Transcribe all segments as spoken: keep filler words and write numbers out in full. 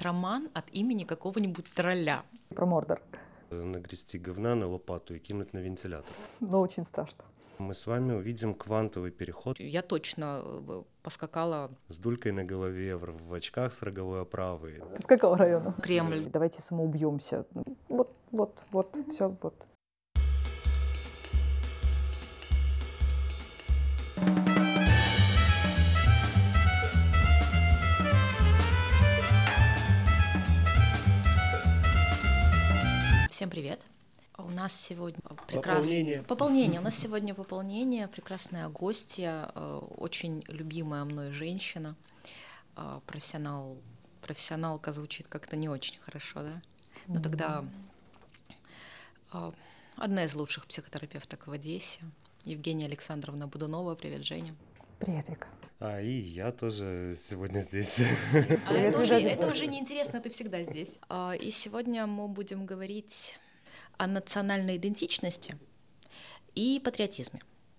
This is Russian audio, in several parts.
роман от имени какого-нибудь тролля. Про Мордор. Нагрести говна на лопату и кинуть на вентилятор. Но очень страшно. Мы с вами увидим квантовый переход. Я точно поскакала. С дулькой на голове, в, в очках с роговой оправой. Ты с какого района? Кремль. Давайте самоубьемся. Вот, вот, вот, все, вот. Всем привет. У нас сегодня прекрасное Пополнение. пополнение. У нас сегодня пополнение, прекрасная гостья, очень любимая мной женщина, профессионал. Профессионалка звучит как-то не очень хорошо, да? Но тогда одна из лучших психотерапевток в Одессе, Евгения Александровна Будунова. Привет, Женя. Привет, Вика. А и я тоже сегодня здесь. А это, уже, это уже неинтересно, ты всегда здесь. И сегодня мы будем говорить о национальной идентичности и патриотизме.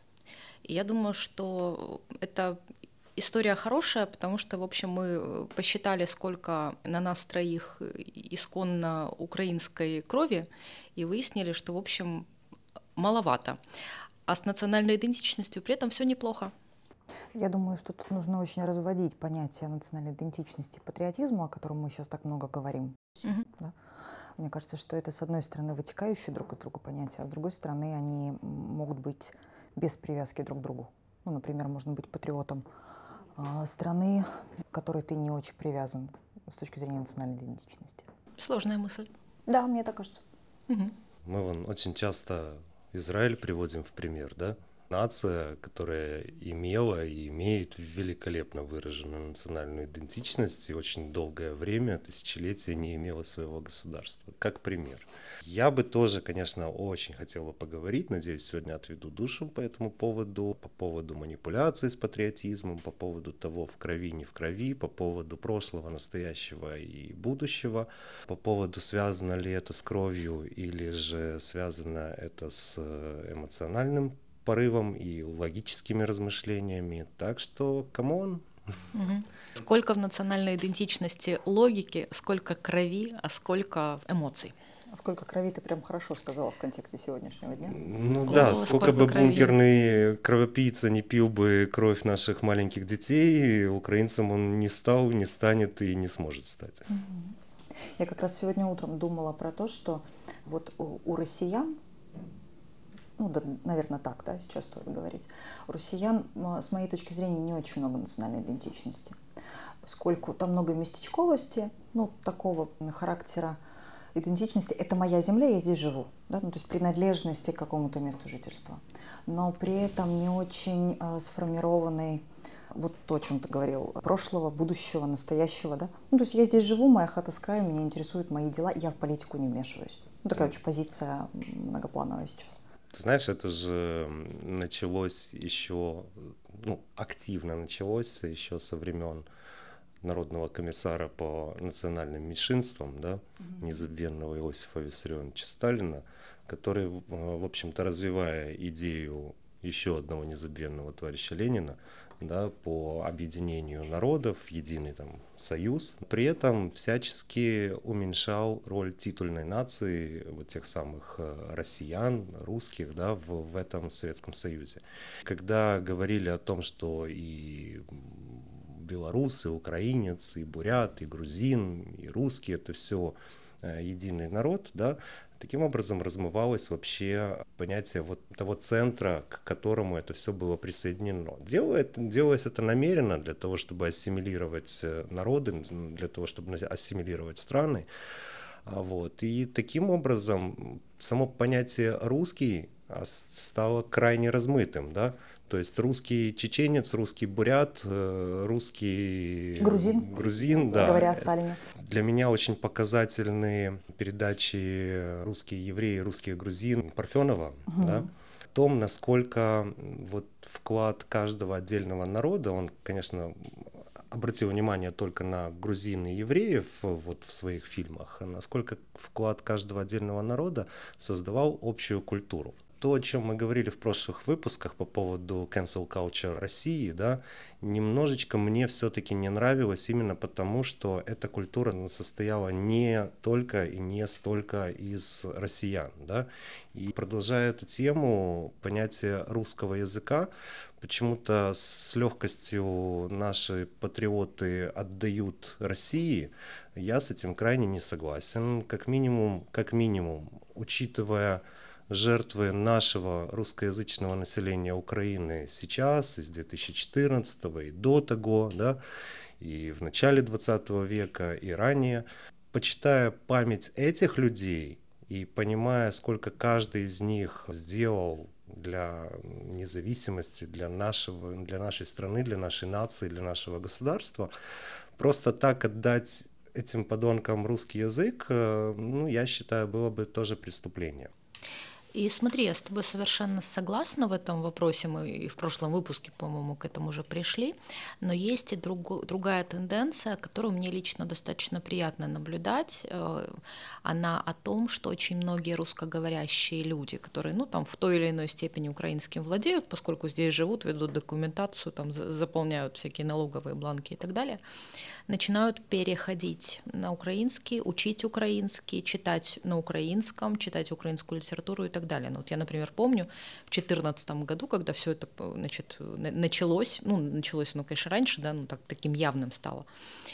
И я думаю, что это история хорошая, потому что, в общем, мы посчитали, сколько на нас троих исконно украинской крови, и выяснили, что, в общем, маловато. А с национальной идентичностью при этом все неплохо. Я думаю, что тут нужно очень разводить понятие национальной идентичности и патриотизма, о котором мы сейчас так много говорим. Угу. Да? Мне кажется, что это, с одной стороны, вытекающие друг от друга понятия, а с другой стороны, они могут быть без привязки друг к другу. Ну, например, можно быть патриотом э, страны, к которой ты не очень привязан с точки зрения национальной идентичности. Сложная мысль. Да, мне так кажется. Угу. Мы вон очень часто Израиль приводим в пример, да? Нация, которая имела и имеет великолепно выраженную национальную идентичность и очень долгое время, тысячелетия не имела своего государства. Как пример. Я бы тоже, конечно, очень хотел бы поговорить, надеюсь, сегодня отведу душу по этому поводу, по поводу манипуляций с патриотизмом, по поводу того, в крови, не в крови, по поводу прошлого, настоящего и будущего, по поводу, связано ли это с кровью или же связано это с эмоциональным порывом и логическими размышлениями. Так что, камон. Угу. Сколько в национальной идентичности логики, сколько крови, а сколько эмоций. А сколько крови ты прям хорошо сказала в контексте сегодняшнего дня. Ну да, О, сколько, сколько бы крови. Бункерный кровопийца не пил бы кровь наших маленьких детей, украинцем он не стал, не станет и не сможет стать. Угу. Я как раз сегодня утром думала про то, что вот у, у россиян, ну, да, наверное, так, да, сейчас стоит говорить. У россиян, с моей точки зрения, не очень много национальной идентичности, поскольку там много местечковости, ну, такого характера идентичности. Это моя земля, я здесь живу, да, ну, то есть принадлежности к какому-то месту жительства, но при этом не очень э, сформированный вот то, о чем ты говорил, прошлого, будущего, настоящего, да. Ну, то есть я здесь живу, моя хата с краю, меня интересуют мои дела, я в политику не вмешиваюсь. Ну, такая очень позиция многоплановая сейчас. Ты знаешь, это же началось еще, ну, активно началось еще со времен Народного комиссара по национальным меньшинствам, да, mm-hmm. незабвенного Иосифа Виссарионовича Сталина, который, в общем-то, развивая идею еще одного незабвенного товарища Ленина, да, по объединению народов в единый там союз, при этом всячески уменьшал роль титульной нации, вот тех самых россиян, русских, да, в, в этом Советском Союзе. Когда говорили о том, что и белорус, и украинец, и бурят, и грузин, и русский — это все единый народ, да, таким образом размывалось вообще понятие вот того центра, к которому это все было присоединено. Делалось, делалось это намеренно для того, чтобы ассимилировать народы, для того, чтобы ассимилировать страны. Вот. И таким образом само понятие «русский» стало крайне размытым, да. То есть русский чеченец, русский бурят, русский грузин, грузин, да. Говоря о Сталине. Для меня очень показательны передачи «Русские евреи», «Русские грузин» Парфенова, угу. да, о том, насколько вот вклад каждого отдельного народа, он, конечно, обратил внимание только на грузин и евреев вот в своих фильмах, насколько вклад каждого отдельного народа создавал общую культуру. то, о чем мы говорили в прошлых выпусках по поводу cancel culture России, да, немножечко мне все-таки не нравилось именно потому, что эта культура состояла не только и не столько из россиян, да. И продолжая эту тему, понятие русского языка почему-то с легкостью наши патриоты отдают России. Я с этим крайне не согласен. Как минимум, как минимум, учитывая жертвы нашего русскоязычного населения Украины сейчас, из две тысячи четырнадцатого и до того, да, и в начале двадцатого века, и ранее, почитая память этих людей и понимая, сколько каждый из них сделал для независимости, для нашего, для нашей страны, для нашей нации, для нашего государства, просто так отдать этим подонкам русский язык, ну, я считаю, было бы тоже преступление. И смотри, я с тобой совершенно согласна в этом вопросе, мы и в прошлом выпуске, по-моему, к этому уже пришли, но есть и друг, другая тенденция, которую мне лично достаточно приятно наблюдать, она о том, что очень многие русскоговорящие люди, которые, ну, там, в той или иной степени украинским владеют, поскольку здесь живут, ведут документацию, там, заполняют всякие налоговые бланки и так далее, начинают переходить на украинский, учить украинский, читать на украинском, читать украинскую литературу и так далее. Далее. Ну, вот я, например, помню в две тысячи четырнадцатом году, когда все это, значит, началось, ну, началось оно, конечно, раньше, да, ну, так, таким явным стало,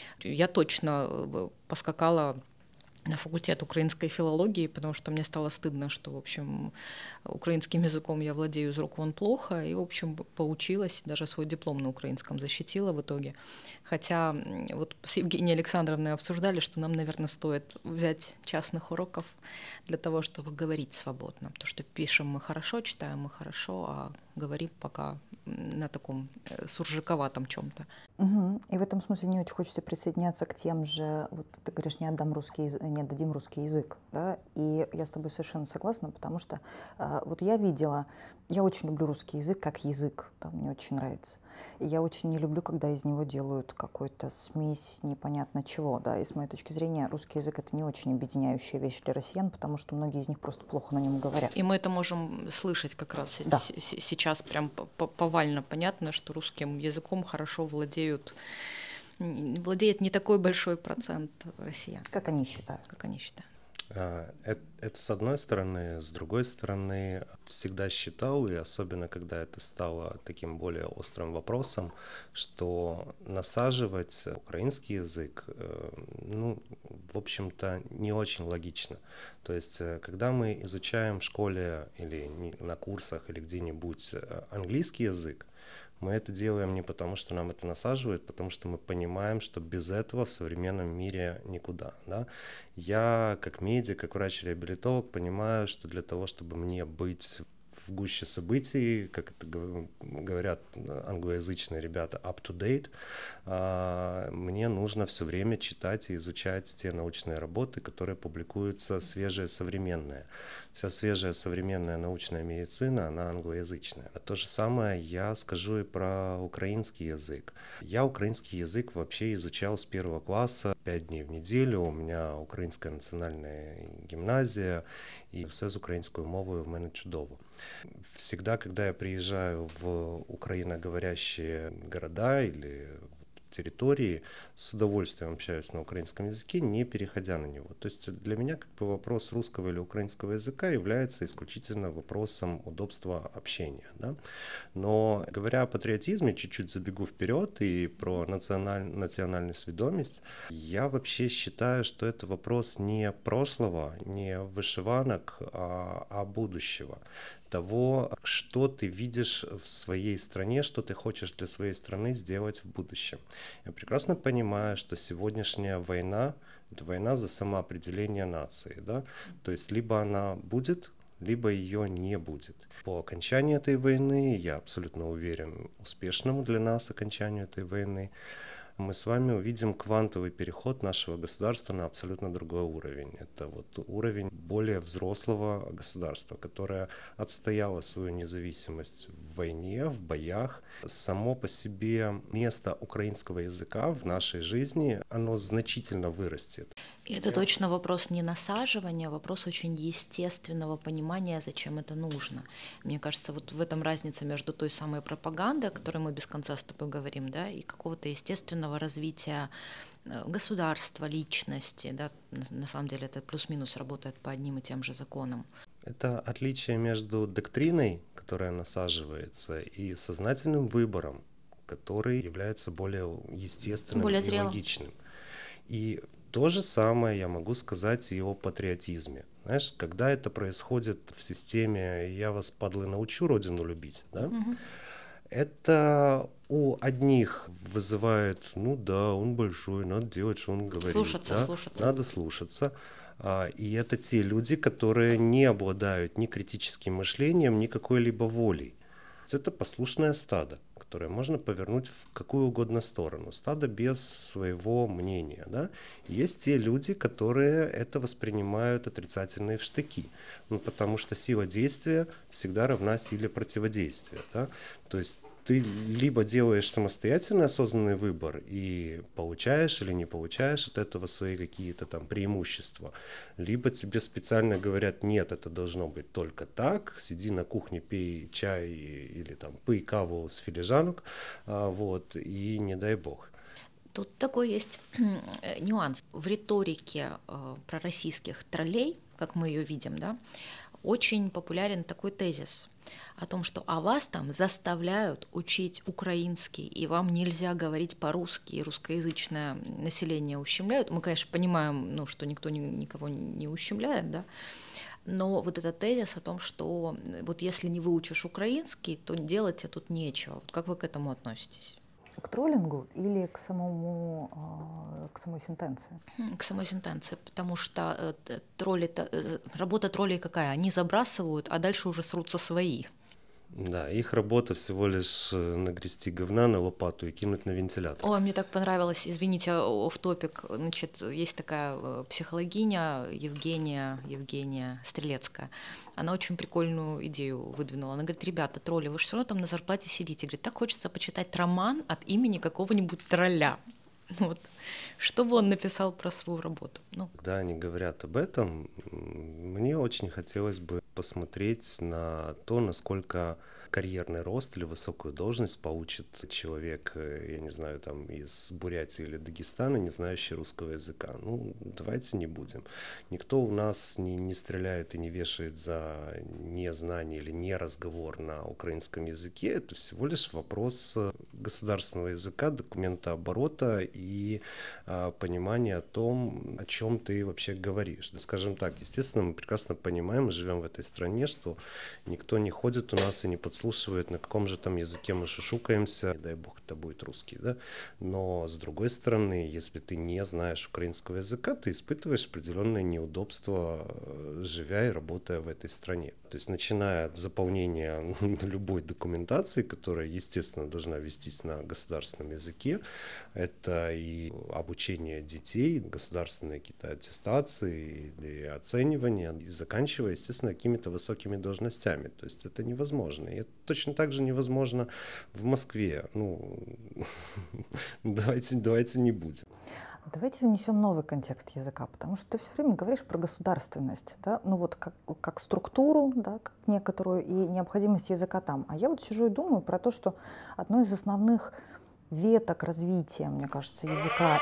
я точно поскакала на факультет украинской филологии, потому что мне стало стыдно, что, в общем, украинским языком я владею из рук вон плохо, и, в общем, поучилась, даже свой диплом на украинском защитила в итоге. Хотя вот с Евгенией Александровной обсуждали, что нам, наверное, стоит взять частных уроков для того, чтобы говорить свободно, потому что пишем мы хорошо, читаем мы хорошо, а говорим пока на таком суржиковатом чем-то. Угу. И в этом смысле не очень хочется присоединяться к тем же, вот ты говоришь, не отдам русский язык, не отдадим русский язык, да, и я с тобой совершенно согласна, потому что э, вот я видела, я очень люблю русский язык как язык, да, мне очень нравится, и я очень не люблю, когда из него делают какую-то смесь непонятно чего, да, и с моей точки зрения русский язык — это не очень объединяющая вещь для россиян, потому что многие из них просто плохо на нем говорят. И мы это можем слышать как раз да. сейчас прям повально понятно, что русским языком хорошо владеют, владеет не такой большой процент россиян. Как они считают. Как они считают. Это, это с одной стороны. С другой стороны, всегда считал, и особенно когда это стало таким более острым вопросом, что насаживать украинский язык, ну, в общем-то, не очень логично. То есть, когда мы изучаем в школе или на курсах или где-нибудь английский язык, мы это делаем не потому, что нам это насаживают, потому что мы понимаем, что без этого в современном мире никуда. Да? Я, как медик, как врач-реабилитолог, понимаю, что для того, чтобы мне быть в гуще событий, как это говорят англоязычные ребята, up-to-date, мне нужно все время читать и изучать те научные работы, которые публикуются свежие, современные. Вся свежая современная научная медицина, она англоязычная. А то же самое я скажу и про украинский язык. Я украинский язык вообще изучал с первого класса, пять дней в неделю. У меня Українська національна гімназія, и все з українською мовою в мене чудово. Всегда, когда я приезжаю в украиноговорящие города или территории, с удовольствием общаюсь на украинском языке, не переходя на него. То есть для меня как бы вопрос русского или украинского языка является исключительно вопросом удобства общения. Да? Но говоря о патриотизме, чуть-чуть забегу вперед и про националь... национальную сведомость, я вообще считаю, что это вопрос не прошлого, не вышиванок, а, а будущего. Того, что ты видишь в своей стране, что ты хочешь для своей страны сделать в будущем. Я прекрасно понимаю, что сегодняшняя война — это война за самоопределение нации. Да? То есть либо она будет, либо ее не будет. По окончании этой войны, я абсолютно уверен, успешному для нас окончанию этой войны, мы с вами увидим квантовый переход нашего государства на абсолютно другой уровень. Это вот уровень более взрослого государства, которое отстояло свою независимость в войне, в боях. Само по себе место украинского языка в нашей жизни, оно значительно вырастет. И это точно вопрос не насаживания, а вопрос очень естественного понимания, зачем это нужно. Мне кажется, вот в этом разница между той самой пропагандой, о которой мы без конца с тобой говорим, да, и какого-то естественного развития государства, личности. Да. На самом деле это плюс-минус работает по одним и тем же законам. Это отличие между доктриной, которая насаживается, и сознательным выбором, который является более естественным более и зрелым. логичным. И то же самое я могу сказать и о патриотизме. Знаешь, когда это происходит в системе «я вас, падлы, научу родину любить», да, Угу. это у одних вызывает, ну да, он большой, надо делать, что он говорит. Слушаться, да, слушаться. Надо слушаться. А, и это те люди, которые не обладают ни критическим мышлением, ни какой-либо волей. Это послушное стадо, которое можно повернуть в какую угодно сторону. Стадо без своего мнения. Да? Есть те люди, которые это воспринимают отрицательно и в штыки. Ну, потому что сила действия всегда равна силе противодействия. Да? То есть ты либо делаешь самостоятельный осознанный выбор и получаешь или не получаешь от этого свои какие-то там преимущества, либо тебе специально говорят: нет, это должно быть только так, сиди на кухне, пей чай или там пей каву с филижанок, вот, и не дай бог. Тут такой есть нюанс. В риторике э, пророссийских троллей, как мы ее видим, да, очень популярен такой тезис о том, что а вас там заставляют учить украинский, и вам нельзя говорить по-русски, и русскоязычное население ущемляют. Мы, конечно, понимаем, ну, что никто ни, никого не ущемляет, да, но вот этот тезис о том, что вот если не выучишь украинский, то делать тебе тут нечего. Вот как вы к этому относитесь? К троллингу или к самому, к самой сентенции? К самой сентенции, потому что тролли, работа троллей какая? Они забрасывают, а дальше уже срутся свои. Да, их работа всего лишь нагрести говна на лопату и кинуть на вентилятор. Ой, мне так понравилось, извините, офф-топик. Значит, есть такая психологиня Евгения, Евгения Стрелецкая. Она очень прикольную идею выдвинула. Она говорит: ребята, тролли, вы же все равно там на зарплате сидите. Говорит, так хочется почитать роман от имени какого-нибудь тролля. Вот. Что бы он написал про свою работу? Ну. Когда они говорят об этом, мне очень хотелось бы посмотреть на то, насколько карьерный рост или высокую должность получит человек, я не знаю, там из Бурятии или Дагестана, не знающий русского языка. Ну, давайте не будем. Никто у нас не, не стреляет и не вешает за незнание или неразговор на украинском языке. Это всего лишь вопрос государственного языка, документа оборота и а, понимания о том, о чем ты вообще говоришь. Да, скажем так, естественно, мы прекрасно понимаем, мы живем в этой стране, что никто не ходит у нас и не подслушивает, на каком же там языке мы шушукаемся, дай бог это будет русский, да, но с другой стороны, если ты не знаешь украинского языка, ты испытываешь определенные неудобства, живя и работая в этой стране. То есть начиная от заполнения любой документации, которая, естественно, должна вестись на государственном языке, это и обучение детей, государственные какие-то аттестации или оценивания, и заканчивая, естественно, какими-то высокими должностями. То есть это невозможно. И это точно так же невозможно в Москве. Ну, давайте, давайте не будем. Давайте внесем новый контекст языка, потому что ты все время говоришь про государственность, да, ну вот как, как структуру, да, как некоторую, и необходимость языка там. А я вот сижу и думаю про то, что одно из основных веток развития, мне кажется, языка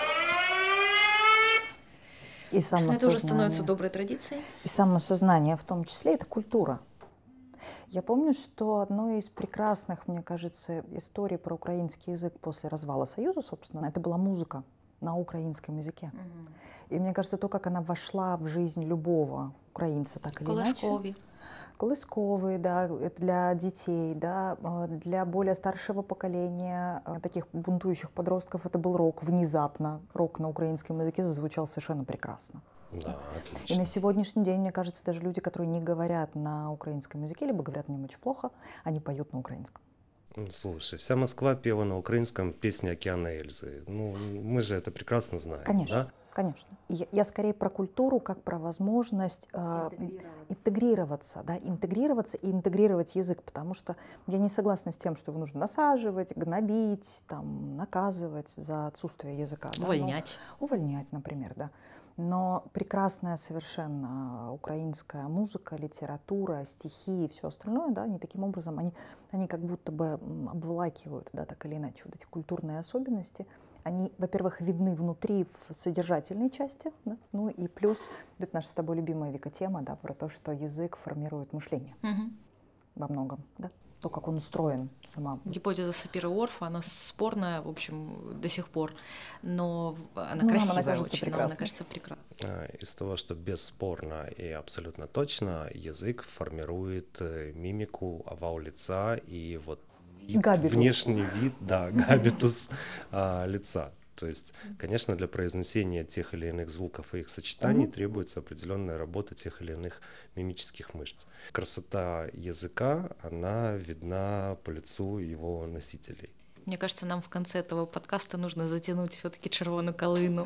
и самосознания, это уже становится доброй традицией. И самосознание в том числе, это культура. Я помню, что одной из прекрасных, мне кажется, историй про украинский язык после развала Союза, собственно, это была музыка на украинском языке. Угу. И мне кажется, то, как она вошла в жизнь любого украинца, так или Колыскови. иначе. Колысковые, да, это для детей, да, для более старшего поколения, таких бунтующих подростков, это был рок. Внезапно рок на украинском языке зазвучал совершенно прекрасно. Да, отлично. И на сегодняшний день, мне кажется, даже люди, которые не говорят на украинском языке, либо говорят на нем очень плохо, они поют на украинском. Слушай, вся Москва пела на украинском песни «Океана Эльзы». Ну, мы же это прекрасно знаем, Конечно, да? конечно. Я, я скорее про культуру, как про возможность э, Интегрироваться. интегрироваться, да, интегрироваться и интегрировать язык, потому что я не согласна с тем, что его нужно насаживать, гнобить, там, наказывать за отсутствие языка. Да, Увольнять. но, увольнять, например, да. Но прекрасная совершенно украинская музыка, литература, стихи и все остальное, да, они таким образом, они, они как будто бы обволакивают, да, так или иначе, вот эти культурные особенности. Они, во-первых, видны внутри в содержательной части, да, ну и плюс, это наша с тобой любимая, Вика, тема, да, про то, что язык формирует мышление Угу. во многом, да, то, как он устроен сама. Гипотеза Сапира-Уорфа, она спорная, в общем, до сих пор, но она Ну, нам красивая она кажется очень, нам она прекрасной. кажется прекрасной. Из того, что бесспорно и абсолютно точно, язык формирует э, мимику, овал лица и вот вид, Габитус. внешний вид, да, габитус а, лица. То есть, конечно, для произнесения тех или иных звуков и их сочетаний Мгм. требуется определенная работа тех или иных мимических мышц. Красота языка, она видна по лицу его носителей. Мне кажется, нам в конце этого подкаста нужно затянуть все-таки червоную калину.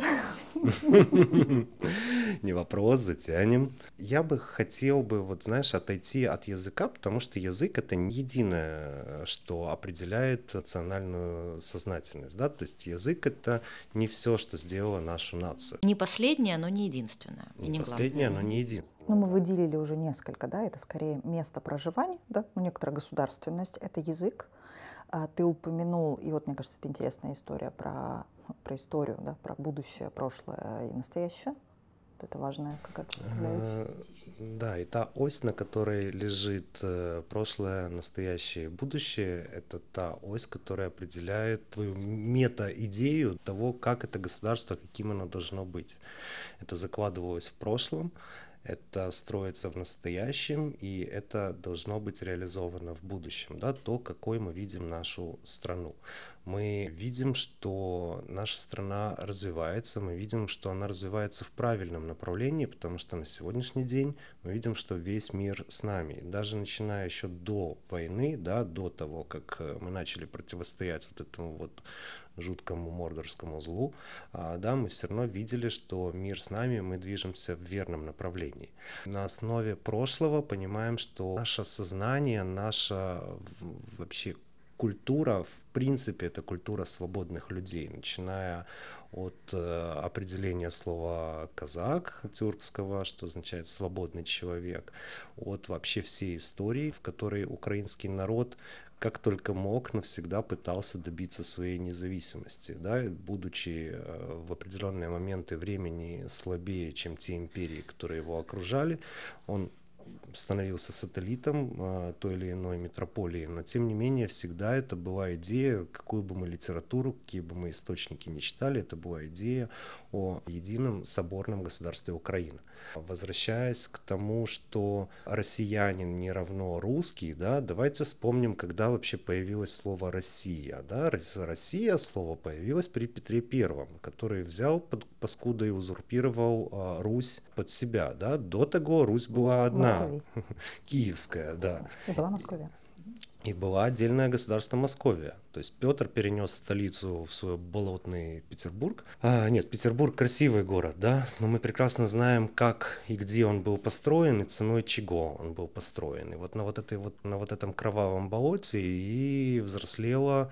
Не вопрос, затянем. Я бы хотел бы, вот знаешь, отойти от языка, потому что язык — это не единое, что определяет национальную сознательность, да, то есть язык — это не все, что сделало нашу нацию. Не последняя, но не единственная. И Не не последнее, но главная. не единственное. Ну, мы выделили уже несколько, да, это скорее место проживания, да, ну, некоторая государственность, это язык. А ты упомянул, и вот мне кажется, это интересная история про, про историю, да, про будущее, прошлое и настоящее. Вот это важная какая-то составляющая. Э, Да, и та ось, на которой лежит э, прошлое, настоящее и будущее, это та ось, которая определяет твою мета-идею того, как это государство, каким оно должно быть. Это закладывалось в прошлом, это строится в настоящем, и это должно быть реализовано в будущем, да, то, какой мы видим нашу страну. Мы видим, что наша страна развивается, мы видим, что она развивается в правильном направлении, потому что на сегодняшний день мы видим, что весь мир с нами. Даже начиная еще до войны, да, до того, как мы начали противостоять вот этому вот жуткому мордорскому злу, а, да, мы все равно видели, что мир с нами, мы движемся в верном направлении. На основе прошлого понимаем, что наше сознание, наша вообще культура, в принципе, это культура свободных людей, начиная от э, определения слова «казак» тюркского, что означает «свободный человек», от вообще всей истории, в которой украинский народ как только мог, но всегда пытался добиться своей независимости, да, будучи э, в определенные моменты времени слабее, чем те империи, которые его окружали, он становился сателлитом э, той или иной метрополии, но тем не менее всегда это была идея, какую бы мы литературу, какие бы мы источники не читали, это была идея о едином соборном государстве Украина. Возвращаясь к тому, что россиянин не равно русский, да, давайте вспомним, когда вообще появилось слово «Россия». Да? Россия, слово появилось при Петре Первом, который взял под паскудой и узурпировал а, Русь под себя. Да? До того Русь была одна, киевская, да. И была Московия. И была отдельное государство Московия. То есть Петр перенес столицу в свой болотный Петербург. А, нет, Петербург красивый город, да, но мы прекрасно знаем, как и где он был построен, и ценой чего он был построен. И вот на вот, этой вот, на вот этом кровавом болоте и взрослела,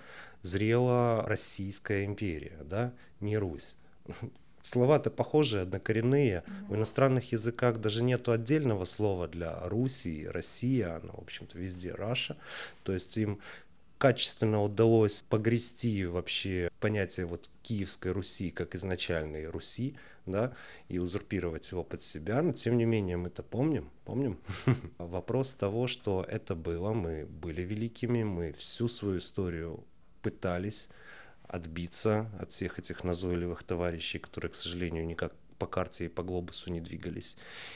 зрела Российская империя, да, не Русь. Слова-то похожие, однокоренные. Mm-hmm. В иностранных языках даже нету отдельного слова для Руси, Россия, она, в общем-то, везде Раша. То есть им качественно удалось погрести вообще понятие вот Киевской Руси как изначальной Руси, да, и узурпировать его под себя. Но, тем не менее, мы-то помним, помним. Вопрос того, что это было, мы были великими, мы всю свою историю пытались отбиться от всех этих назойливых товарищей, которые, к сожалению, никак по карте и по глобусу не двигались.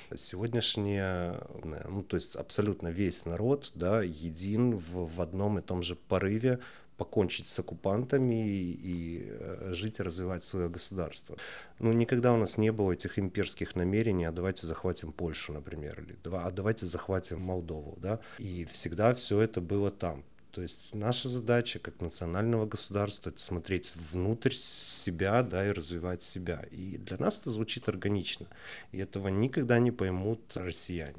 Сегодняшняя, ну, то есть абсолютно весь народ, да, един в, в одном и том же порыве покончить с оккупантами и, и жить и развивать свое государство. Ну, никогда у нас не было этих имперских намерений, а давайте захватим Польшу, например, или а давайте захватим Молдову, да, и всегда все это было там. То есть наша задача как национального государства — это смотреть внутрь себя, да, и развивать себя. И для нас это звучит органично. И этого никогда не поймут россияне.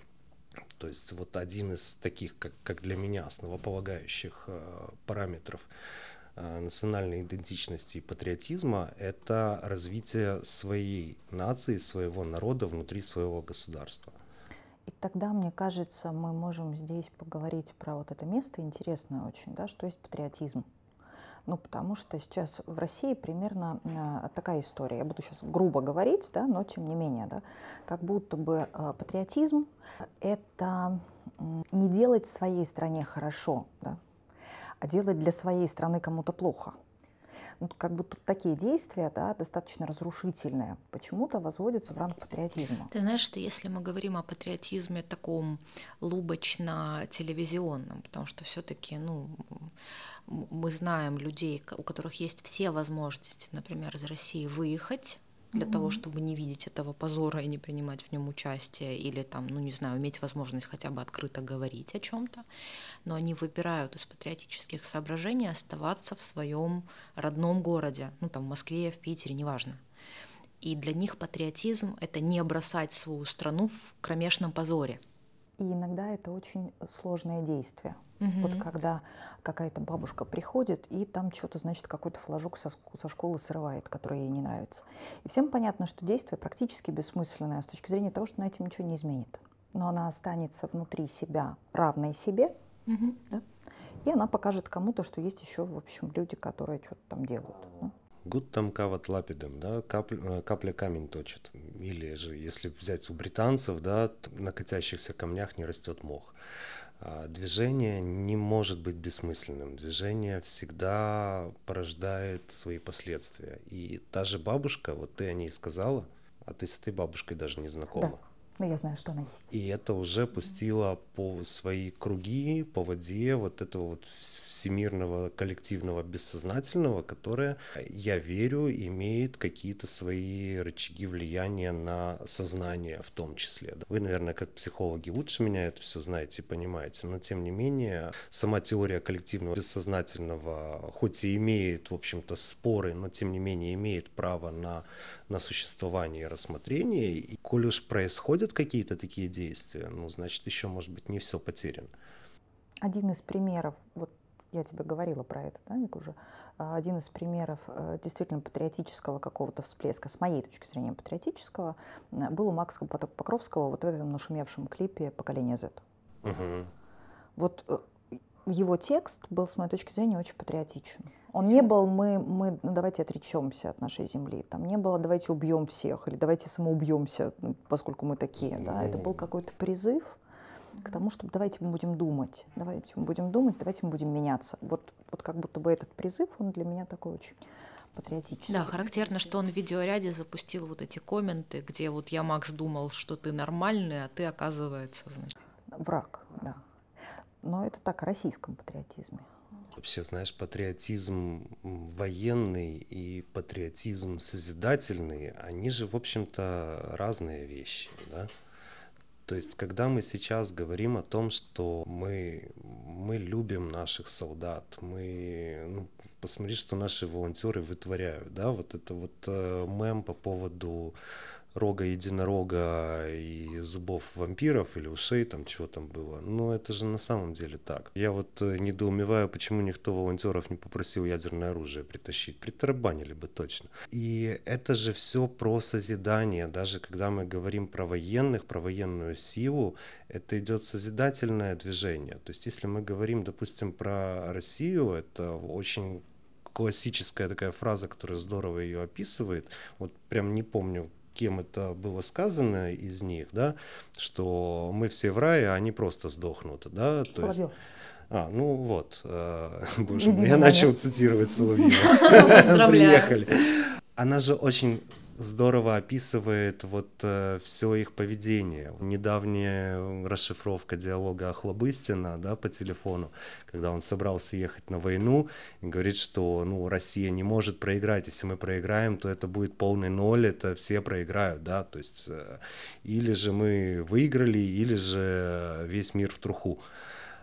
То есть вот один из таких, как, как для меня, основополагающих э, параметров э, национальной идентичности и патриотизма — это развитие своей нации, своего народа внутри своего государства. И тогда, мне кажется, мы можем здесь поговорить про вот это место интересное очень, да, что есть патриотизм. Ну, потому что сейчас в России примерно э, такая история. Я буду сейчас грубо говорить, да, но тем не менее, да, как будто бы э, патриотизм — это э, не делать своей стране хорошо, да, а делать для своей страны кому-то плохо. Ну, как будто такие действия, да, достаточно разрушительные, почему-то возводятся в ранг патриотизма. Ты знаешь, что если мы говорим о патриотизме таком лубочно-телевизионном, потому что все-таки, ну, мы знаем людей, у которых есть все возможности, например, из России выехать для mm-hmm. того, чтобы не видеть этого позора и не принимать в нем участие, или там, ну не знаю, иметь возможность хотя бы открыто говорить о чем-то, но они выбирают из патриотических соображений оставаться в своем родном городе, ну там в Москве, в Питере, неважно. И для них патриотизм — это не бросать свою страну в кромешном позоре. И иногда это очень сложное действие. Угу. Вот когда какая-то бабушка приходит, и там что-то, значит, какой-то флажок со, со школы срывает, который ей не нравится. И всем понятно, что действие практически бессмысленное с точки зрения того, что она этим ничего не изменит. Но она останется внутри себя равной себе, угу. да? И она покажет кому-то, что есть еще, в общем, люди, которые что-то там делают. Да? Гуд там кават лапидом, да, капля, капля камень точит. Или же, если взять у британцев, да, на катящихся камнях не растет мох. Движение не может быть бессмысленным. Движение всегда порождает свои последствия. И та же бабушка, вот ты о ней сказала, а ты с этой бабушкой даже не знакома. Да. Но я знаю, что она есть. И это уже пустило по свои круги, по воде вот этого вот всемирного коллективного бессознательного, которое, я верю, имеет какие-то свои рычаги влияния на сознание в том числе. Вы, наверное, как психологи лучше меня это все знаете и понимаете, но тем не менее сама теория коллективного бессознательного, хоть и имеет, в общем-то, споры, но тем не менее имеет право на, на существование и рассмотрение. И коль уж происходит какие-то такие действия, ну, значит, еще, может быть, не все потеряно. Один из примеров, вот я тебе говорила про это, да, Ник, уже, один из примеров действительно патриотического какого-то всплеска, с моей точки зрения патриотического, был у Макса Покровского вот в этом нашумевшем клипе «Поколение Z». Угу. Вот его текст был, с моей точки зрения, очень патриотичен. Он не был «мы, мы ну, давайте отречемся от нашей земли», там не было «давайте убьем всех» или «давайте самоубьемся, поскольку мы такие». Да? Mm. Это был какой-то призыв к тому, чтобы давайте мы будем думать, давайте мы будем думать, давайте мы будем меняться. Вот, вот как будто бы этот призыв, он для меня такой очень патриотический. Да, характерно, что он в видеоряде запустил вот эти комменты, где вот я, Макс, думал, что ты нормальный, а ты, оказывается, значит... Враг, да. Но это так, о российском патриотизме. Вообще, знаешь, патриотизм военный и патриотизм созидательный, они же, в общем-то, разные вещи, да? То есть, когда мы сейчас говорим о том, что мы, мы любим наших солдат, мы, ну, посмотри, что наши волонтеры вытворяют, да, вот это вот э, мем по поводу рога единорога и зубов вампиров или ушей, там чего там было. Но это же на самом деле так. Я вот недоумеваю, почему никто волонтеров не попросил ядерное оружие притащить. Притарабанили бы точно. И это же все про созидание. Даже когда мы говорим про военных, про военную силу, это идет созидательное движение. То есть если мы говорим, допустим, про Россию, это очень классическая такая фраза, которая здорово ее описывает. Вот прям не помню, кем это было сказано из них, да, что мы все в рае, а они просто сдохнут, да. То есть, а, ну вот, э, боже мой, я начал цитировать Соловьева. Приехали. Она же очень здорово описывает вот э, все их поведение. Недавняя расшифровка диалога Охлобыстина, да, по телефону, когда он собрался ехать на войну и говорит, что, ну, Россия не может проиграть, если мы проиграем, то это будет полный ноль, это все проиграют, да, то есть э, или же мы выиграли, или же весь мир в труху.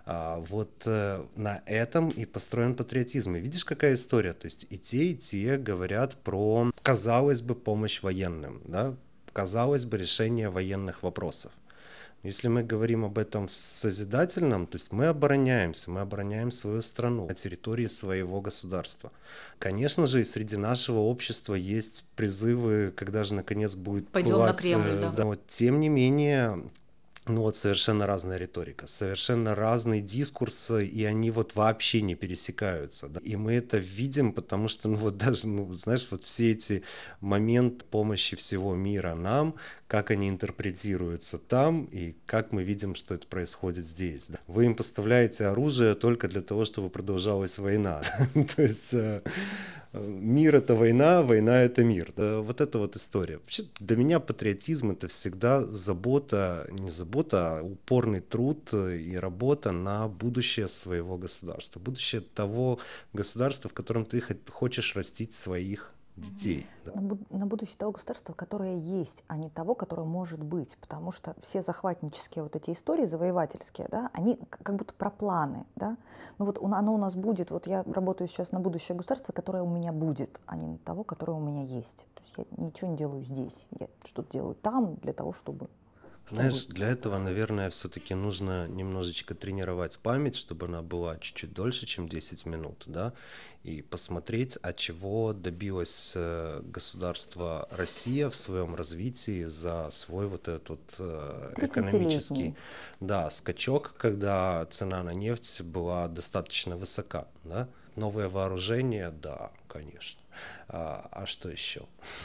А, вот э, на этом и построен патриотизм. И видишь, какая история? То есть и те, и те говорят про, казалось бы, помощь военным, да? Казалось бы, решение военных вопросов. Если мы говорим об этом в созидательном, то есть мы обороняемся, мы обороняем свою страну на территории своего государства. Конечно же, и среди нашего общества есть призывы, когда же наконец будет Пойдем бывать, на Кремль, да. да. Вот, тем не менее, ну вот совершенно разная риторика, совершенно разный дискурс, и они вот вообще не пересекаются. Да? И мы это видим, потому что, ну вот даже, ну знаешь, вот все эти моменты помощи всего мира нам, как они интерпретируются там, и как мы видим, что это происходит здесь. Да? Вы им поставляете оружие только для того, чтобы продолжалась война. То есть... Мир — это война, война — это мир. Вот эта вот история. Вообще для меня патриотизм — это всегда забота, не забота, а упорный труд и работа на будущее своего государства. Будущее того государства, в котором ты хочешь растить своих детей. Да. На, буд- на будущее того государства, которое есть, а не того, которое может быть. Потому что все захватнические вот эти истории, завоевательские, да, они как будто про планы. Да? Ну вот оно у нас будет, вот я работаю сейчас на будущее государство, которое у меня будет, а не на того, которое у меня есть. То есть я ничего не делаю здесь, я что-то делаю там для того, чтобы... Знаешь, для этого, наверное, все-таки нужно немножечко тренировать память, чтобы она была чуть-чуть дольше, чем десять минут, да, и посмотреть, от чего добилось государство Россия в своем развитии за свой вот этот вот экономический, да, скачок, когда цена на нефть была достаточно высока, да. Новое вооружение, да, конечно. А, а что еще?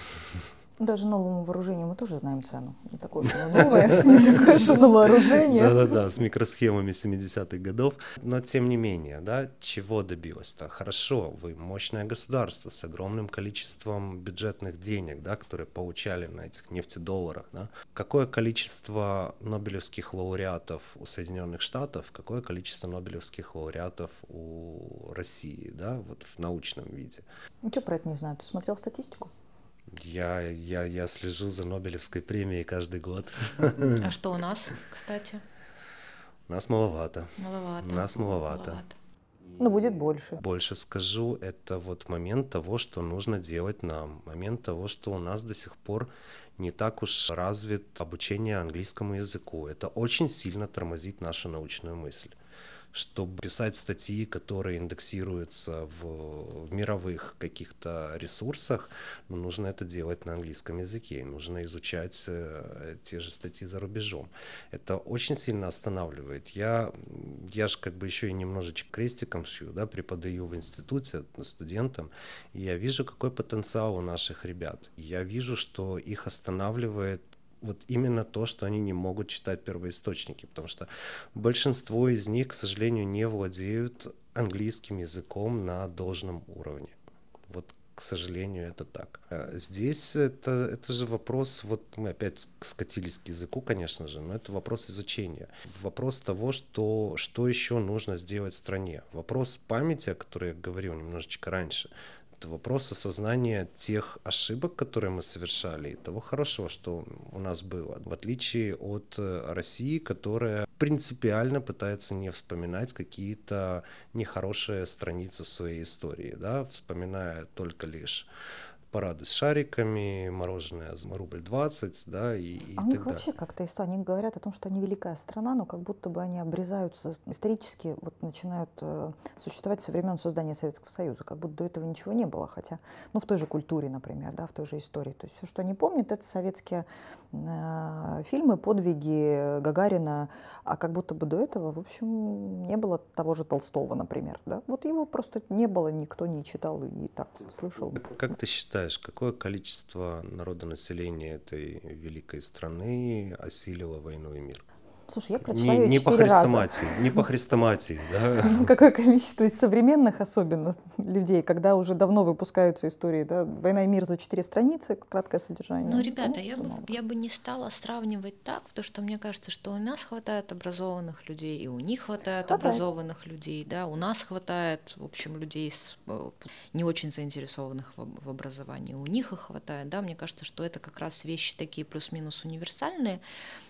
Даже новому вооружению мы тоже знаем цену. Не такое уж оно новое, не такое уж оно вооружение. Да-да-да, с микросхемами семидесятых годов. Но тем не менее, да, чего добилось-то? Хорошо, вы мощное государство с огромным количеством бюджетных денег, да, которые получали на этих нефтедолларах, да. Какое количество нобелевских лауреатов у Соединенных Штатов, какое количество нобелевских лауреатов у России, да, вот в научном виде? Ничего про это не знаю. Ты смотрел статистику? Я, я, я слежу за Нобелевской премией каждый год. А что у нас, кстати? У нас маловато. Маловато. У нас маловато. маловато. Ну, будет больше. Больше скажу, это вот момент того, что нужно делать нам. Момент того, что у нас до сих пор не так уж развит обучение английскому языку. Это очень сильно тормозит нашу научную мысль. Чтобы писать статьи, которые индексируются в, в мировых каких-то ресурсах, ну, нужно это делать на английском языке, нужно изучать э, те же статьи за рубежом. Это очень сильно останавливает. Я, я же как бы еще и немножечко крестиком шью, да, преподаю в институте студентам, и я вижу, какой потенциал у наших ребят. Я вижу, что их останавливает вот именно то, что они не могут читать первоисточники, потому что большинство из них, к сожалению, не владеют английским языком на должном уровне. Вот, к сожалению, это так. Здесь это, это же вопрос, вот мы опять скатились к языку, конечно же, но это вопрос изучения. Вопрос того, что, что еще нужно сделать в стране. Вопрос памяти, о которой я говорил немножечко раньше. Это вопрос осознания тех ошибок, которые мы совершали, и того хорошего, что у нас было. В отличие от России, которая принципиально пытается не вспоминать какие-то нехорошие страницы в своей истории, да, вспоминая только лишь парады с шариками, мороженое за рубль двадцать, да, и, и а у них вообще как-то история, они говорят о том, что они великая страна, но как будто бы они обрезаются исторически, вот начинают э, существовать со времен создания Советского Союза, как будто до этого ничего не было, хотя, ну, в той же культуре, например, да, в той же истории, то есть все, что они помнят, это советские э, фильмы, подвиги Гагарина, а как будто бы до этого, в общем, не было того же Толстого, например, да, вот его просто не было, никто не читал и так слышал. Как ты считаешь, какое количество народонаселения этой великой страны осилило войну и мир? Слушай, я прочла ее не четыре раза. Не по хрестоматии, да? Ну, какое количество из современных, особенно людей, когда уже давно выпускаются истории, да, «Война и мир» за четыре страницы, краткое содержание. Ну, ребята, я бы, я бы не стала сравнивать так, потому что мне кажется, что у нас хватает образованных людей, и у них хватает, хватает. образованных людей, да, у нас хватает, в общем, людей с, не очень заинтересованных в, в образовании, у них их хватает, да, мне кажется, что это как раз вещи такие плюс-минус универсальные.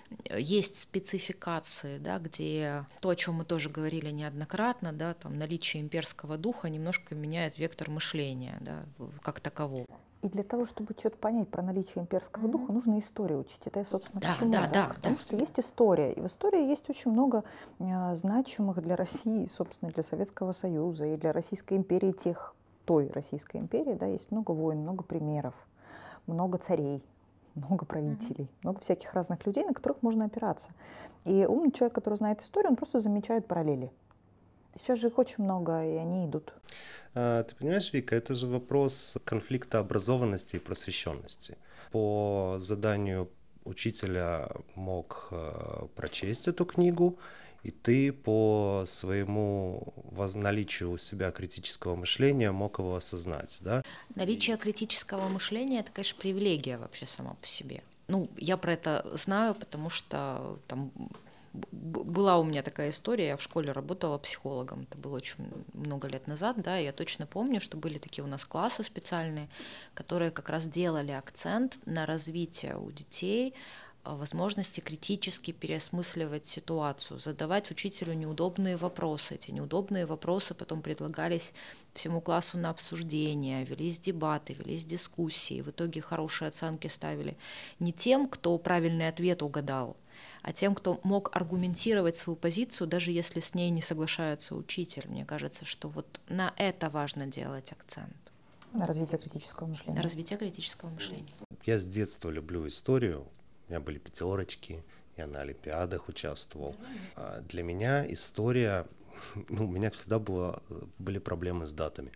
Есть спецификации, да, где то, о чем мы тоже говорили неоднократно, да, там наличие имперского духа немножко меняет вектор мышления, да, как такового. И для того, чтобы что-то понять про наличие имперского духа, нужно историю учить. Это, собственно, да, почему? Да, Да? да, Потому да. что есть история. И в истории есть очень много э, значимых для России, собственно, для Советского Союза и для Российской империи, тех, той Российской империи, да, есть много войн, много примеров, много царей, много правителей, mm-hmm. много всяких разных людей, на которых можно опираться. И умный человек, который знает историю, он просто замечает параллели. Сейчас же их очень много, и они идут. А, ты понимаешь, Вика, это же вопрос конфликта образованности и просвещенности. По заданию учителя мог э, прочесть эту книгу, и ты по своему наличию у себя критического мышления мог его осознать, да? Наличие критического мышления — это, конечно, привилегия вообще сама по себе. Ну, я про это знаю, потому что там была у меня такая история, я в школе работала психологом, это было очень много лет назад, да, и я точно помню, что были такие у нас классы специальные, которые как раз делали акцент на развитие у детей возможности критически переосмысливать ситуацию, задавать учителю неудобные вопросы. Эти неудобные вопросы потом предлагались всему классу на обсуждение, велись дебаты, велись дискуссии. В итоге хорошие оценки ставили не тем, кто правильный ответ угадал, а тем, кто мог аргументировать свою позицию, даже если с ней не соглашается учитель. Мне кажется, что вот на это важно делать акцент. На развитие критического мышления. На развитие критического мышления. Я с детства люблю историю. У меня были пятерочки, я на олимпиадах участвовал. А для меня история... Ну, у меня всегда было, были проблемы с датами.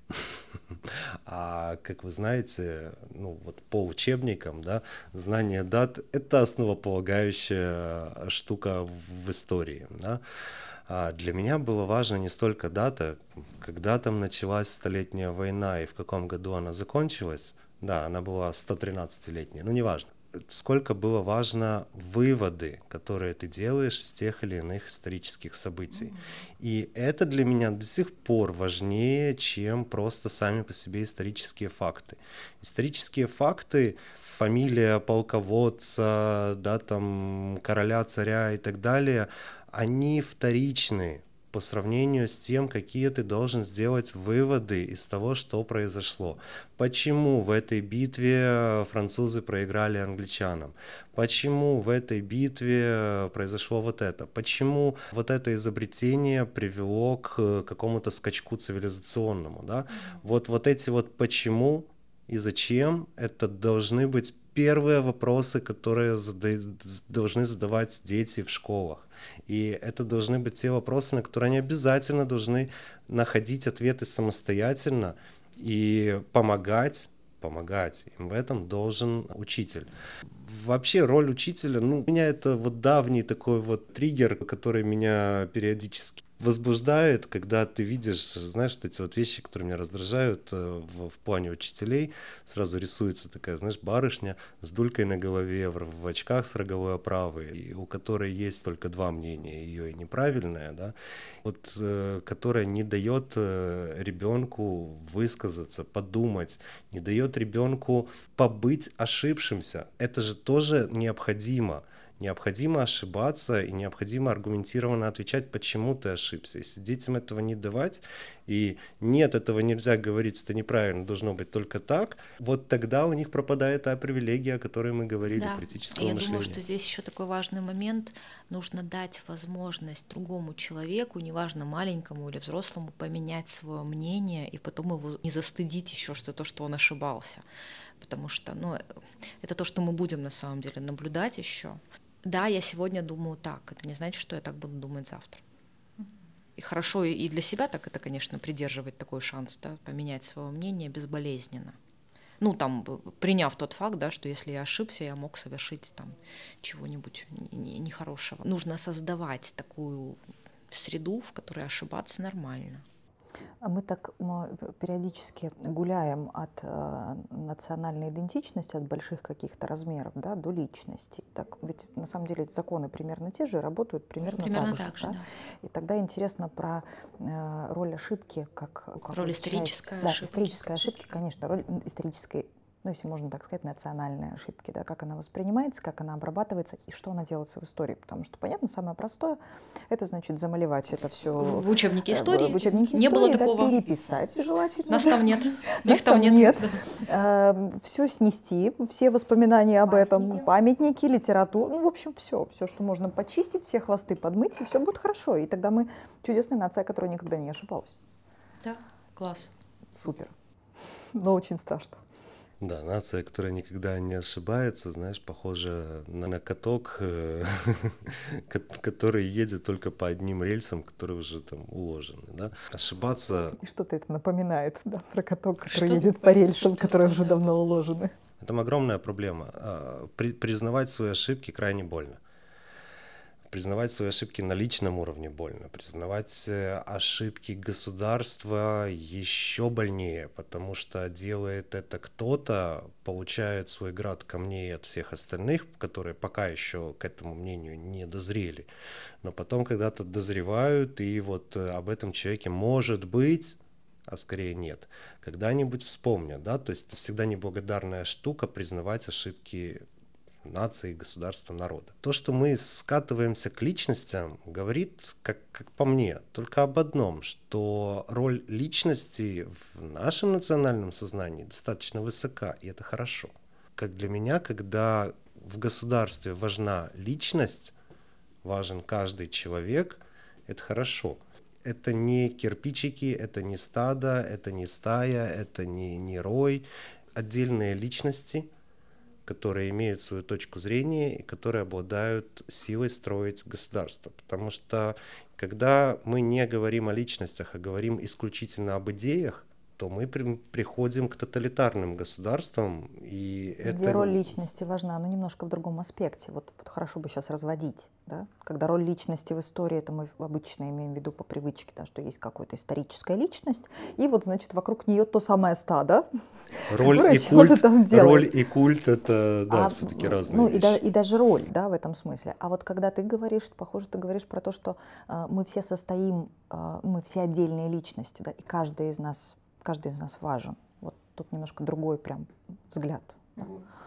А как вы знаете, ну вот по учебникам, да, знание дат — это основополагающая штука в истории, да. А для меня было важно не столько дата, когда там началась Столетняя война и в каком году она закончилась. Да, она была сто тринадцатилетняя, ну неважно. Сколько было важно выводы, которые ты делаешь из тех или иных исторических событий. Mm-hmm. И это для меня до сих пор важнее, чем просто сами по себе исторические факты. Исторические факты, фамилия полководца, да, там, короля, царя и так далее, они вторичны по сравнению с тем, какие ты должен сделать выводы из того, что произошло. Почему в этой битве французы проиграли англичанам? Почему в этой битве произошло вот это? Почему вот это изобретение привело к какому-то скачку цивилизационному? Да? Mm-hmm. Вот, вот эти вот почему и зачем, это должны быть первые вопросы, которые зада... должны задавать дети в школах. И это должны быть те вопросы, на которые они обязательно должны находить ответы самостоятельно и помогать, помогать им в этом должен учитель. Вообще роль учителя, ну, у меня это вот давний такой вот триггер, который меня периодически возбуждает, когда ты видишь, знаешь, вот эти вот вещи, которые меня раздражают в, в плане учителей. Сразу рисуется такая, знаешь, барышня с дулькой на голове, в, в очках с роговой оправой, и у которой есть только два мнения, ее и неправильное, да, вот, э, которая не дает э, ребенку высказаться, подумать, не дает ребенку побыть ошибшимся. Это же тоже необходимо. Необходимо ошибаться и необходимо аргументированно отвечать, почему ты ошибся. Если детям этого не давать, и нет, этого нельзя говорить, это неправильно, должно быть только так, вот тогда у них пропадает та привилегия, о которой мы говорили, да. критического Я мышления. думаю, что здесь еще такой важный момент. Нужно дать возможность другому человеку, неважно, маленькому или взрослому, поменять свое мнение и потом его не застыдить еще за то, что он ошибался. Потому что, ну, это то, что мы будем на самом деле наблюдать еще. Да, я сегодня думаю так, это не значит, что я так буду думать завтра. И хорошо и для себя так это, конечно, придерживать такой шанс, да, поменять свое мнение безболезненно. Ну, там, приняв тот факт, да, что если я ошибся, я мог совершить там чего-нибудь нехорошего. Нужно создавать такую среду, в которой ошибаться нормально. Мы так мы периодически гуляем от э, национальной идентичности, от больших каких-то размеров, да, до личности. Так, ведь на самом деле законы примерно те же, работают примерно, примерно так, так же. же Да? Да. И тогда интересно про э, роль ошибки, как, как роль исторической да, ошибки. исторической ошибки, конечно, роль исторической ну, если можно так сказать, национальные ошибки, да, как она воспринимается, как она обрабатывается и что она делается в истории. Потому что, понятно, самое простое, это значит замалевать это все в учебнике истории. В учебнике не истории, было да, такого. Переписать желательно. Нас там нет. Нас там нет. Все снести, все воспоминания об этом, памятники, литературу, ну, в общем, все, все, что можно почистить, все хвосты подмыть, и все будет хорошо. И тогда мы чудесная нация, которая никогда не ошибалась. Да, класс. Супер. Но очень страшно. Да, нация, которая никогда не ошибается, знаешь, похожа на каток, который едет только по одним рельсам, которые уже там уложены, да. Ошибаться... И что-то это напоминает, да, про каток, который что едет по рельсам, которые уже давно уложены. Это огромная проблема. При, признавать свои ошибки крайне больно. Признавать свои ошибки на личном уровне больно. Признавать ошибки государства еще больнее, потому что делает это кто-то, получает свой град камней от всех остальных, которые пока еще к этому мнению не дозрели. Но потом когда-то дозревают, и вот об этом человеке может быть, а скорее нет, когда-нибудь вспомнят, да, то есть всегда неблагодарная штука признавать ошибки нации, государства, народа. То, что мы скатываемся к личностям, говорит, как, как по мне, только об одном, что роль личности в нашем национальном сознании достаточно высока, и это хорошо. Как для меня, когда в государстве важна личность, важен каждый человек, это хорошо. Это не кирпичики, это не стадо, это не стая, это не, не рой. Отдельные личности, которые имеют свою точку зрения и которые обладают силой строить государство. Потому что когда мы не говорим о личностях, а говорим исключительно об идеях, то мы при, приходим к тоталитарным государствам. И Где это... роль личности важна, но немножко в другом аспекте. Вот, вот хорошо бы сейчас разводить. Да? Когда роль личности в истории, это мы обычно имеем в виду по привычке, да, что есть какая-то историческая личность, и вот, значит, вокруг нее то самое стадо, роль и культ, там роль и культ — это, да, а, все-таки разные ну, вещи. И, да, и даже роль, да, в этом смысле. А вот когда ты говоришь, похоже, ты говоришь про то, что э, мы все состоим, э, мы все отдельные личности, да, и каждый из нас Каждый из нас важен. Вот тут немножко другой прям взгляд. Да.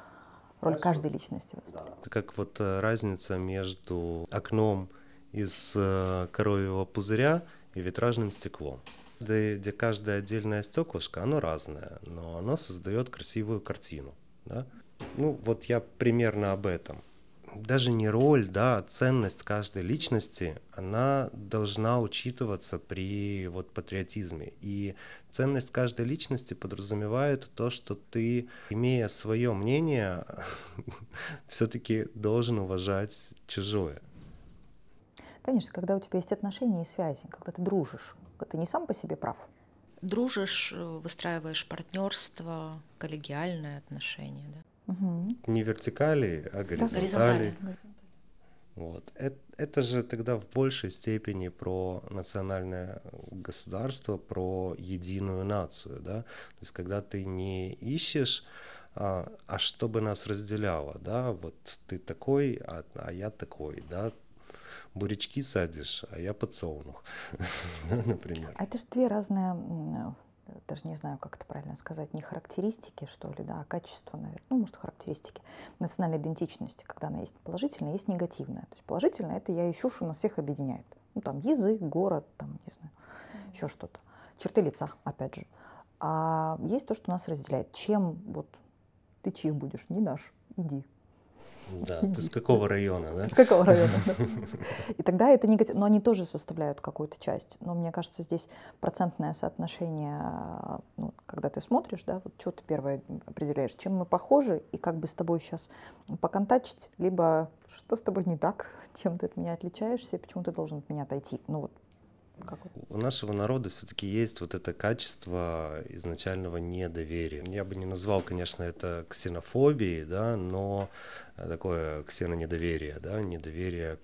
Роль каждой личности в истории. Это как вот разница между окном из коровьего пузыря и витражным стеклом. Где, где каждое отдельное стеклышко, оно разное, но оно создает красивую картину. Да? Ну вот я примерно об этом. Даже не роль, да, а ценность каждой личности, она должна учитываться при вот патриотизме. И ценность каждой личности подразумевает то, что ты, имея свое мнение, все-таки должен уважать чужое. Конечно, когда у тебя есть отношения и связи, когда ты дружишь, ты не сам по себе прав. Дружишь, выстраиваешь партнерство, коллегиальные отношения, да? Угу. Не вертикали, а горизонтали. Да, вот. Это, это же тогда в большей степени про национальное государство, про единую нацию. Да? То есть когда ты не ищешь, а, а что бы нас разделяло, да, вот ты такой, а, а я такой, да, бурячки садишь, а я подсолнух, например. А это же две разные... даже не знаю, как это правильно сказать, не характеристики, что ли, да, а качество, наверное, ну, может, характеристики национальной идентичности, когда она есть положительная, есть негативная. То есть положительная — это я ищу, что нас всех объединяет. Ну, там, язык, город, там, не знаю, mm-hmm. еще что-то. Черты лица, опять же. А есть то, что нас разделяет. Чем вот ты чьих будешь? Не наш, иди. Да, иди. Ты с какого района, да? С какого района, да. И тогда это негатив, но они тоже составляют какую-то часть. Но мне кажется, здесь процентное соотношение, ну, когда ты смотришь, да, вот что ты первое определяешь, чем мы похожи, и как бы с тобой сейчас поконтачить, либо что с тобой не так, чем ты от меня отличаешься, и почему ты должен от меня отойти. Ну вот. Как? У нашего народа все-таки есть вот это качество изначального недоверия. Я бы не назвал, конечно, это ксенофобией, да, но такое ксенонедоверие, да, недоверие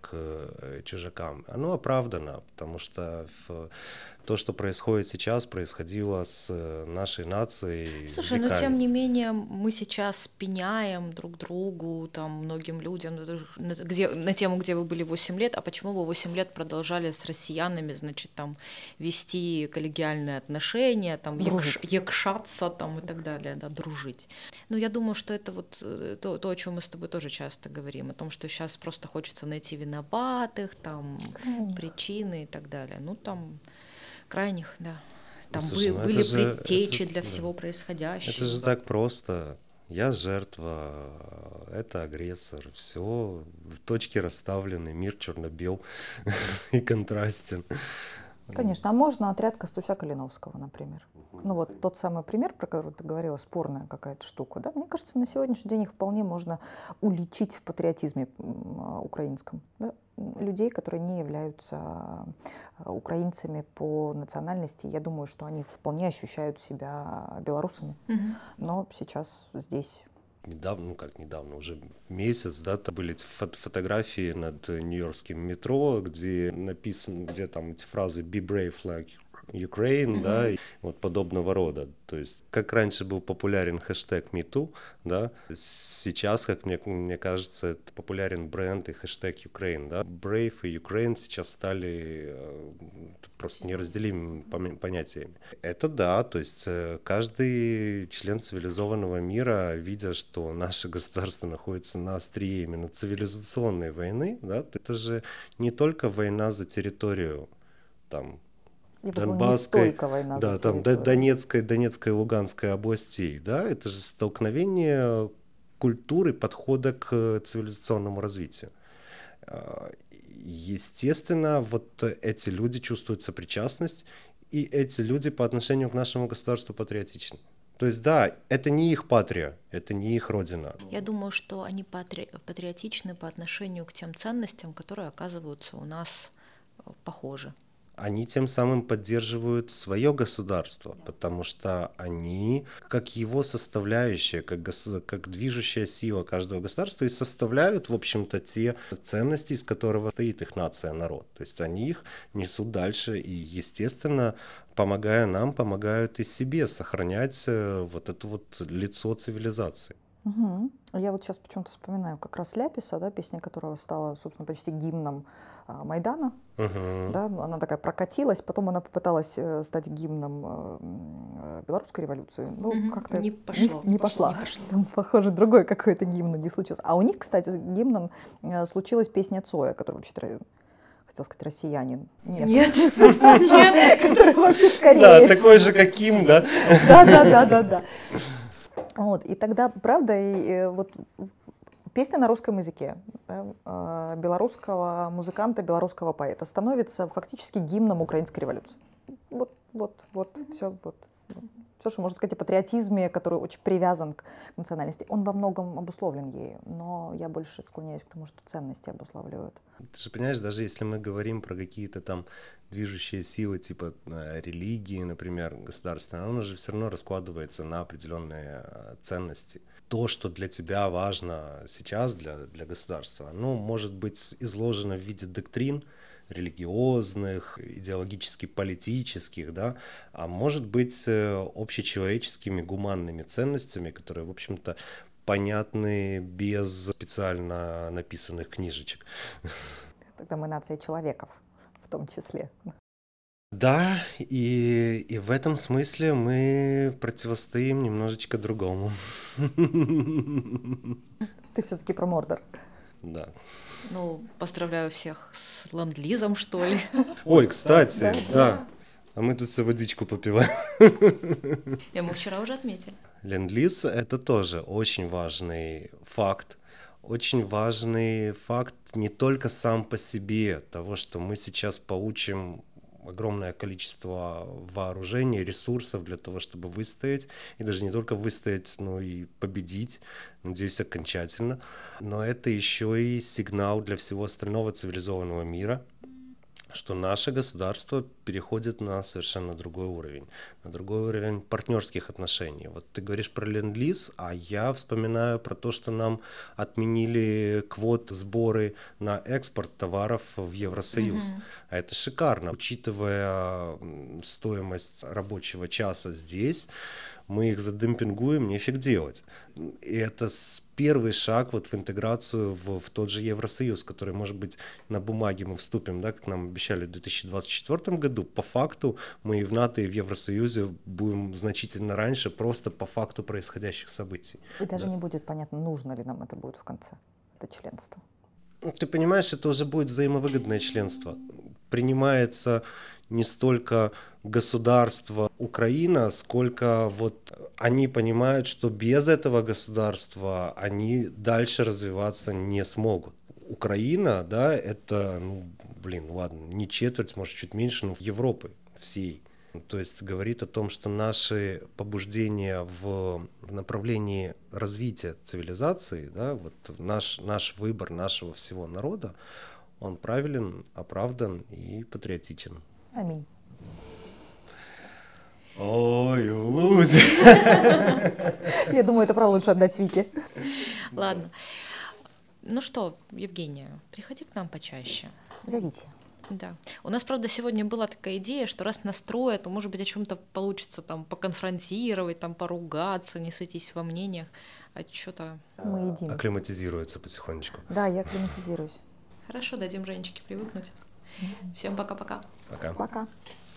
к чужакам. Оно оправдано, потому что в то, что происходит сейчас, происходило с нашей нацией Слушай, веками. но тем не менее мы сейчас пеняем друг другу, там, многим людям, на, где, на тему, где вы были восемь лет, а почему вы восемь лет продолжали с россиянами, значит, там, вести коллегиальные отношения, там, якш, якшаться, там, и так далее, да, дружить. Ну, я думаю, что это вот то, то, о чем мы с тобой тоже часто говорим, о том, что сейчас просто хочется найти виноватых, там, Крайних. Причины и так далее. Ну, там... Крайних, да. Там Слушай, бы, ну были же, предтечи это, для да. всего происходящего. Это же так просто. Я жертва, это агрессор. Все в точке расставлены, мир черно-бел и контрастен. Конечно, а можно отряд Костуся Калиновского, например. Ну вот тот самый пример, про который ты говорила, спорная какая-то штука. Да? Мне кажется, на сегодняшний день их вполне можно уличить в патриотизме украинском. Да? Людей, которые не являются украинцами по национальности. Я думаю, что они вполне ощущают себя белорусами. Угу. Но сейчас здесь... Недавно, ну как недавно, уже месяц, да, там были фото фотографии над нью-йоркским метро, где написано, где там эти фразы «Be brave like Ukraine», mm-hmm. да, и вот подобного рода. То есть, как раньше был популярен хэштег MeToo, да, сейчас, как мне, мне кажется, это популярен бренд и хэштег Ukraine, да. Brave и Ukraine сейчас стали э, просто неразделимыми понятиями. Это да, то есть каждый член цивилизованного мира, видя, что наше государство находится на острие именно цивилизационной войны, да, это же не только война за территорию, там, Донбасской, война да, за там Донецкой, Донецкой, Луганской областей, да, это же столкновение культуры, подхода к цивилизационному развитию. Естественно, вот эти люди чувствуют сопричастность, и эти люди по отношению к нашему государству патриотичны. То есть, да, это не их патрия, это не их родина. Я думаю, что они патри... патриотичны по отношению к тем ценностям, которые оказываются у нас похожи. Они тем самым поддерживают свое государство, потому что они, как его составляющая, как, государ... как движущая сила каждого государства, и составляют, в общем-то, те ценности, из которых стоит их нация, народ. То есть они их несут дальше и, естественно, помогая нам, помогают и себе сохранять вот это вот лицо цивилизации. Угу. Я вот сейчас почему-то вспоминаю как раз Ляписа, да, песня которого стала, собственно, почти гимном а, Майдана. Угу. Да, она такая прокатилась, потом она попыталась э, стать гимном э, белорусской революции. Ну, угу. как-то не, пошло, не, не пошло, пошла. Не пошло. Там, похоже, другой какой-то гимн не случился. А у них, кстати, гимном э, случилась песня Цоя, которая вообще... Хотел сказать, россиянин. Нет. Нет. Нет. Который вообще кореец. Да, такой же, как Ким, да? Да, да, да, да, да. Вот, и тогда, правда, и, вот песня на русском языке, да, белорусского музыканта, белорусского поэта становится фактически гимном украинской революции. Вот, вот, вот, все, вот. Все, что можно сказать о патриотизме, который очень привязан к национальности, он во многом обусловлен ею, но я больше склоняюсь к тому, что ценности обуславливают. Ты же понимаешь, даже если мы говорим про какие-то там движущие силы, типа э, религии, например, государственные, оно же все равно раскладывается на определенные э, ценности. То, что для тебя важно сейчас, для, для государства, оно может быть изложено в виде доктрин, религиозных, идеологически политических, да, а может быть общечеловеческими гуманными ценностями, которые, в общем-то, понятны без специально написанных книжечек. Тогда мы нация человеков в том числе. Да, и, и в этом смысле мы противостоим немножечко другому. Ты все-таки про Мордор. Да. Ну, поздравляю всех с ленд-лизом, что ли. Ой, кстати, да. да. А мы тут все водичку попиваем. И мы вчера уже отметили. Ленд-лиз — это тоже очень важный факт. Очень важный факт не только сам по себе, того, что мы сейчас получим огромное количество вооружений, ресурсов для того, чтобы выстоять, и даже не только выстоять, но и победить, надеюсь, окончательно. Но это еще и сигнал для всего остального цивилизованного мира, что наше государство переходит на совершенно другой уровень, на другой уровень партнерских отношений. Вот ты говоришь про ленд-лиз, а я вспоминаю про то, что нам отменили квоты, сборы на экспорт товаров в Евросоюз. Mm-hmm. А это шикарно, учитывая стоимость рабочего часа здесь, мы их задемпингуем, нефиг делать. И это первый шаг вот в интеграцию в, в тот же Евросоюз, который, может быть, на бумаге мы вступим, да, как нам обещали в две тысячи двадцать четвёртом году. По факту мы и в НАТО, и в Евросоюзе будем значительно раньше, просто по факту происходящих событий. И даже да. не будет понятно, нужно ли нам это будет в конце, это членство. Ты понимаешь, это уже будет взаимовыгодное членство. Принимается не столько государство Украина, сколько вот они понимают, что без этого государства они дальше развиваться не смогут. Украина, да, это, ну, блин, ладно, не четверть, может, чуть меньше, но Европы всей. То есть говорит о том, что наши побуждения в направлении развития цивилизации, да, вот наш, наш выбор нашего всего народа, он правилен, оправдан и патриотичен. Аминь. Ой, Лузи. Я думаю, это право лучше отдать Вике. Ладно. Ну что, Евгения, приходи к нам почаще. Зовите. Да. У нас, правда, сегодня была такая идея, что раз настроят, то, может быть, о чем-то получится там поконфронтировать, там поругаться, не сойтись во мнениях, а что-то... Мы едим. Акклиматизируется потихонечку. Да, я акклиматизируюсь. Хорошо, дадим Женечке привыкнуть. Всем пока-пока. Пока. Пока.